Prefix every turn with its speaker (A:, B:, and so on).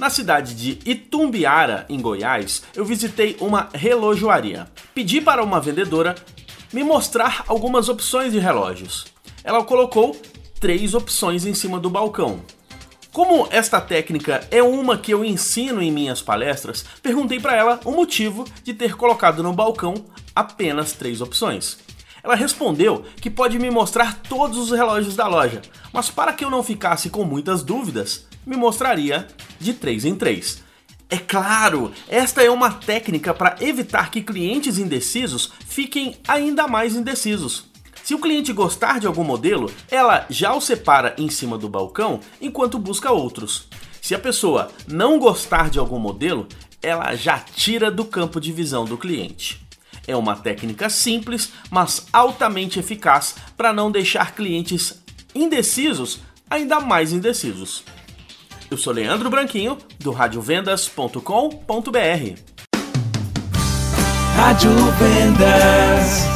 A: Na cidade de Itumbiara, em Goiás, eu visitei uma relojoaria. Pedi para uma vendedora me mostrar algumas opções de relógios. Ela colocou 3 opções em cima do balcão. Como esta técnica é uma que eu ensino em minhas palestras, perguntei para ela o motivo de ter colocado no balcão apenas 3 opções. Ela respondeu que pode me mostrar todos os relógios da loja, mas para que eu não ficasse com muitas dúvidas, me mostraria de 3 em 3. É claro, esta é uma técnica para evitar que clientes indecisos fiquem ainda mais indecisos. Se o cliente gostar de algum modelo, ela já o separa em cima do balcão enquanto busca outros. Se a pessoa não gostar de algum modelo, ela já tira do campo de visão do cliente. É uma técnica simples, mas altamente eficaz para não deixar clientes indecisos ainda mais indecisos. Eu sou Leandro Branquinho, do radiovendas.com.br.
B: Rádio Vendas.